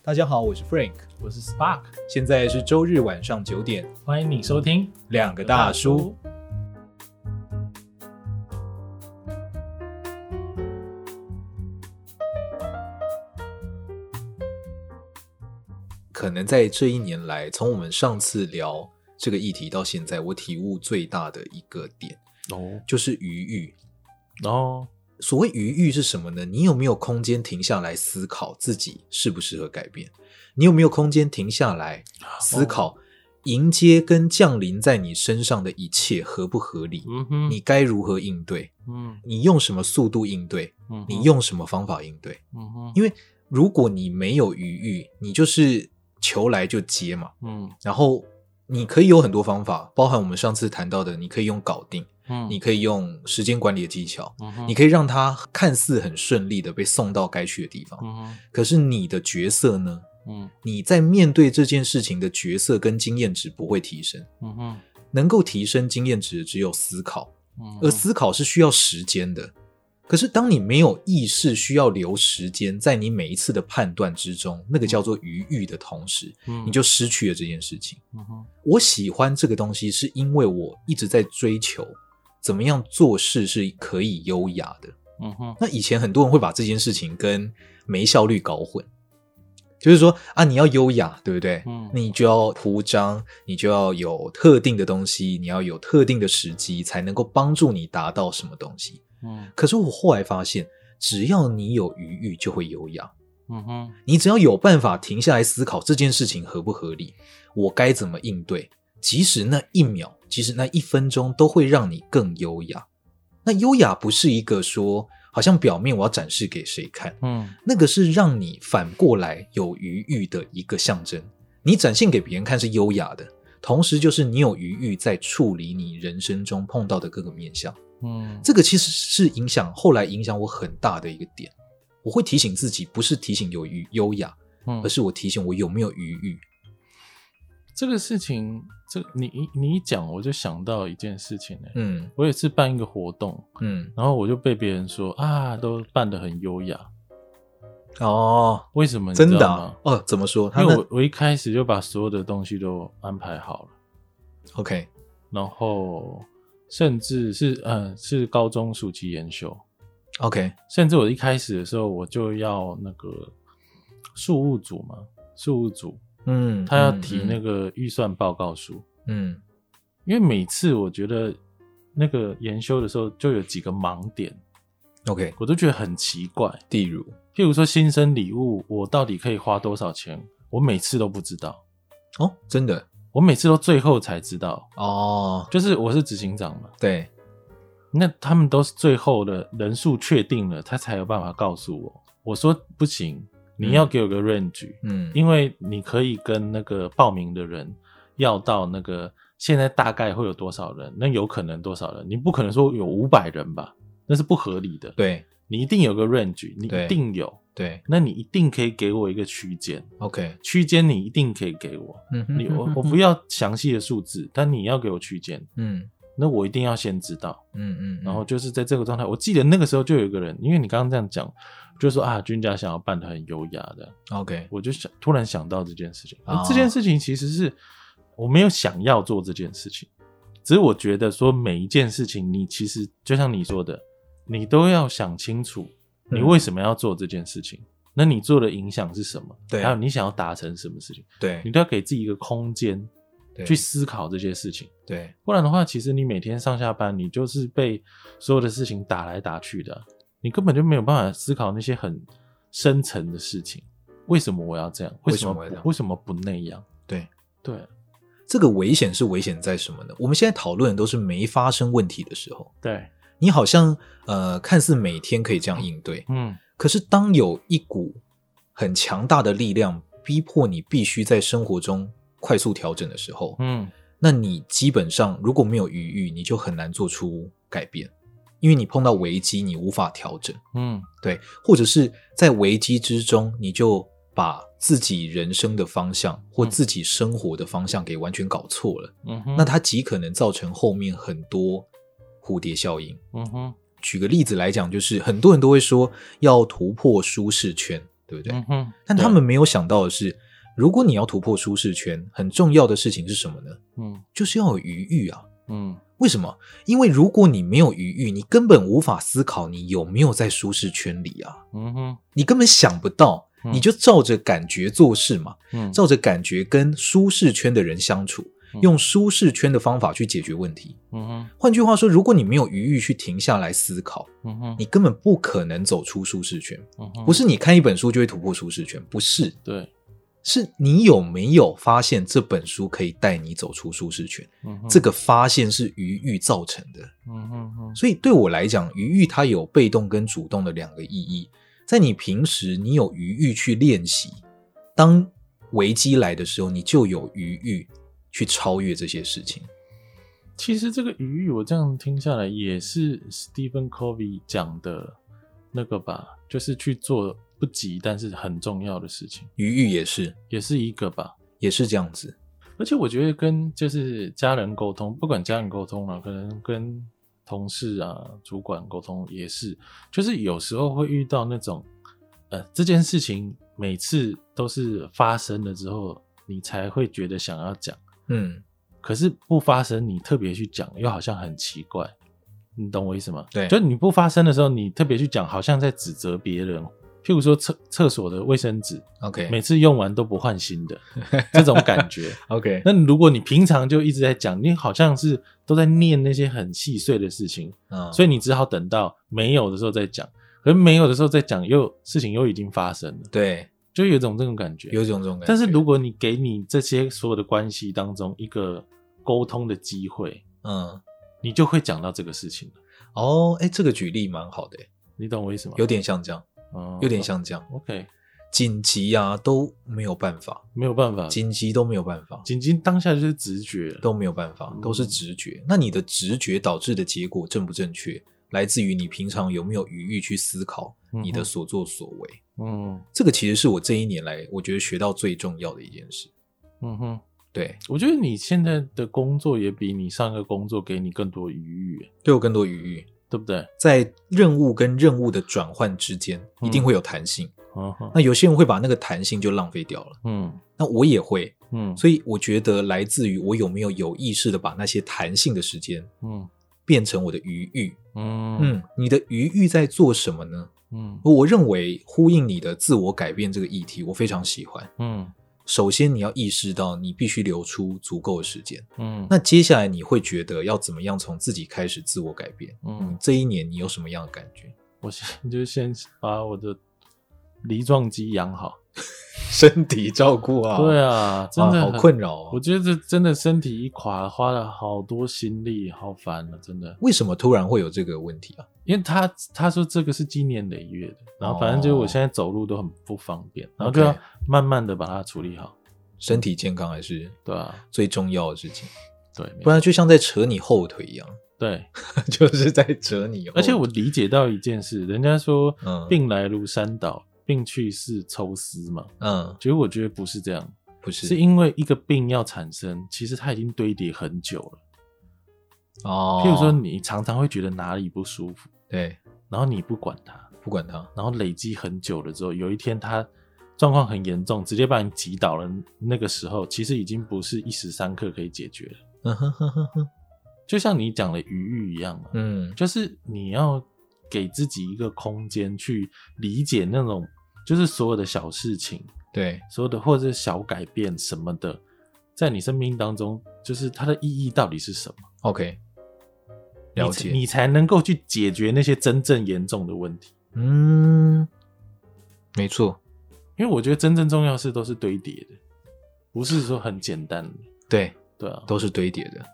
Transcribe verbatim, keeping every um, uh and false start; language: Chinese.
大家好，我是 Frank， 我是 Spark， 现在是周日晚上九点， 欢迎你收听两个大叔。可能在这一年来，从我们上次聊这个议题到现在，我体悟最大的一个点，哦，就是余裕。 哦， 所谓余裕是什么呢？你有没有空间停下来思考自己适不适合改变？你有没有空间停下来思考迎接跟降临在你身上的一切合不合理？ 嗯哼， 你该如何应对？ 嗯， 你用什么速度应对？ 嗯， 你用什么方法应对？ 嗯哼， 因为如果你没有余裕，你就是求来就接嘛。 嗯， 然后你可以有很多方法，包含我们上次谈到的，你可以用搞定。 嗯， 你可以用时间管理的技巧， 嗯， 你可以让它看似很顺利的被送到该去的地方。 嗯，可是你的角色呢？ 嗯， 你在面对这件事情的角色跟经验值不会提升。 嗯哼， 能够提升经验值的只有思考， 嗯， 而思考是需要时间的。可是当你没有意识需要留时间在你每一次的判断之中，那个叫做余裕的同时， 嗯， 你就失去了这件事情。 嗯哼， 我喜欢这个东西是因为我一直在追求怎么样做事是可以优雅的。 嗯哼， 那以前很多人会把这件事情跟没效率搞混，就是说啊，你要优雅，对不对？ 嗯， 你就要铺张，你就要有特定的东西，你要有特定的时机，才能够帮助你达到什么东西。 嗯， 可是我后来发现，只要你有余裕，就会优雅。 嗯哼， 你只要有办法停下来思考这件事情合不合理，我该怎么应对，即使那一秒，即使那一分钟都会让你更优雅。那优雅不是一个说好像表面我要展示给谁看， 嗯， 那个是让你反过来有余裕的一个象征。你展现给别人看是优雅的，同时就是你有余裕在处理你人生中碰到的各个面向。 嗯， 这个其实是影响后来影响我很大的一个点。我会提醒自己，不是提醒有余优雅， 嗯， 而是我提醒我有没有余裕。 这个事情，这你你一讲，我就想到一件事情、欸、 嗯， 我有一次办一个活动， 嗯， 然后我就被别人说啊，都办得很优雅。 哦， 为什么你知道吗？ 真的啊？哦，怎么说？ 因为我我一开始就把所有的东西都安排好了。 OK， 然后甚至是嗯是高中暑期研修。 OK， 甚至我一开始的时候我就要那个事务组嘛，事务组。 嗯， 他要提那个预算报告书。 嗯， 因为每次我觉得那个研修的时候就有几个盲点 OK， 我都觉得很奇怪。 例如譬如说新生礼物我到底可以花多少钱，我每次都不知道。 哦，真的？ 我每次都最后才知道。 哦， 就是我是执行长嘛， 对， 那他们都是最后的人数确定了他才有办法告诉我。我说不行，你要给我个 range， 嗯，因为你可以跟那个报名的人要到那个现在大概会有多少人，那有可能多少人，你不可能说有五百人吧，那是不合理的。 对， 你一定有个 range， 你一定有， 对， 那你一定可以给我一个区间。 OK， 区间你一定可以给我，嗯哼，你我我不要详细的数字，但你要给我区间，嗯，那我一定要先知道，嗯 嗯, 嗯，然后就是在这个状态，我记得那个时候就有一个人，因为你刚刚这样讲，就说啊，君家想要办得很优雅的 OK， 我就想突然想到这件事情、哦、这件事情其实是我没有想要做这件事情，只是我觉得说每一件事情你其实就像你说的，你都要想清楚你为什么要做这件事情、嗯、那你做的影响是什么，对，还有你想要达成什么事情，对，你都要给自己一个空间去思考这些事情，对，不然的话其实你每天上下班你就是被所有的事情打来打去的，你根本就没有办法思考那些很深层的事情，为什么我要这样，为什么为什么, 为什么不那样，对对， 这个危险是危险在什么呢？我们现在讨论的都是没发生问题的时候， 对， 你好像呃看似每天可以这样应对，嗯，可是当有一股很强大的力量逼迫你必须在生活中快速调整的时候，嗯，那你基本上如果没有余裕，你就很难做出改变，因为你碰到危机你无法调整，嗯，对，或者是在危机之中你就把自己人生的方向或自己生活的方向给完全搞错了，嗯哼，那它极可能造成后面很多蝴蝶效应，嗯哼，举个例子来讲，就是很多人都会说要突破舒适圈， 对不对？ 嗯哼， 但他们没有想到的是，如果你要突破舒适圈，很重要的事情是什么呢？嗯，就是要有余裕啊。嗯，为什么？因为如果你没有余裕，你根本无法思考你有没有在舒适圈里啊。嗯哼，你根本想不到，你就照着感觉做事嘛。嗯，照着感觉跟舒适圈的人相处。用舒适圈的方法去解决问题。嗯哼，换句话说，如果你没有余裕去停下来思考，嗯哼，你根本不可能走出舒适圈。嗯哼，不是你看一本书就会突破舒适圈，不是。 对， 是你有没有发现这本书可以带你走出舒适圈？嗯哼，这个发现是余裕造成的。嗯哼哼，所以对我来讲，余裕它有被动跟主动的两个意义。在你平时你有余裕去练习，当危机来的时候，你就有余裕去超越这些事情。 其实这个余裕我这样听下来也是 Stephen Covey 讲的那个吧，就是去做不急但是很重要的事情。 余裕也是也是一个吧， 也是这样子。 而且我觉得跟就是家人沟通，不管家人沟通啊，可能跟同事啊主管沟通也是，就是有时候会遇到那种呃这件事情每次都是发生了之后你才会觉得想要讲，嗯，可是不发生你特别去讲又好像很奇怪，你懂我意思吗？ 对， 就你不发生的时候你特别去讲好像在指责别人，譬如说厕厕所的卫生纸 OK 每次用完都不换新的这种感觉 OK 那如果你平常就一直在讲，你好像是都在念那些很细碎的事情、嗯、所以你只好等到没有的时候再讲，可是没有的时候再讲又事情又已经发生了， 对， 就有一种这种感觉， 有一种这种感觉。 但是如果你给你这些所有的关系当中一个沟通的机会，嗯，你就会讲到这个事情了。 哦，哎，这个举例蛮好的， 你懂我意思吗？ 有点像这样，哦、有点像这样。 OK， 紧急啊都没有办法， 没有办法， 紧急都没有办法， 紧急当下就是直觉， 都没有办法，都是直觉。嗯、那你的直觉导致的结果正不正确，来自于你平常有没有余裕去思考你的所作所为。嗯，这个其实是我这一年来我觉得学到最重要的一件事。嗯哼，对， 我觉得你现在的工作也比你上个工作给你更多余裕， 对我更多余裕， 对不对？ 在任务跟任务的转换之间一定会有弹性、嗯、那有些人会把那个弹性就浪费掉了，嗯，那我也会，嗯，所以我觉得来自于我有没有有意识的把那些弹性的时间，嗯，变成我的余裕，嗯嗯，你的余裕在做什么呢？嗯，我认为呼应你的自我改变这个议题我非常喜欢。嗯，首先你要意识到你必须留出足够的时间。嗯，那接下来你会觉得要怎么样从自己开始自我改变。嗯，这一年你有什么样的感觉？ 我先就先把我的梨状肌养好， 身体照顾啊。 对啊，真的、 啊、好困扰啊。 我觉得真的身体一垮花了好多心力，好烦了，真的。 为什么突然会有这个问题啊？ 因为他他说这个是经年累月的，然后反正就是我现在走路都很不方便、哦、然后就要慢慢的把它处理好。 身体健康还是对啊最重要的事情， 对， 不然就像在扯你后腿一样。 对， 就是在扯你后腿。 而且我理解到一件事，人家说病来如山倒、嗯、病去似抽丝嘛，嗯，结果我觉得不是这样， 不是， 是因为一个病要产生，其实它已经堆叠很久了。哦，譬如说你常常会觉得哪里不舒服， 对， 然后你不管它， 不管它， 然后累积很久了之后，有一天它状况很严重，直接把你击倒了，那个时候其实已经不是一时三刻可以解决了。嗯哼哼哼哼，就像你讲的余裕一样嘛，嗯，就是你要给自己一个空间去理解那种，就是所有的小事情， 对， 所有的或者是小改变什么的，在你生命当中，就是它的意义到底是什么 ？OK， 了解， 你，你才能够去解决那些真正严重的问题。 嗯，没错， 因为我觉得真正重要的事都是堆叠的，不是说很简单的。 对。 对啊， 都是堆叠的。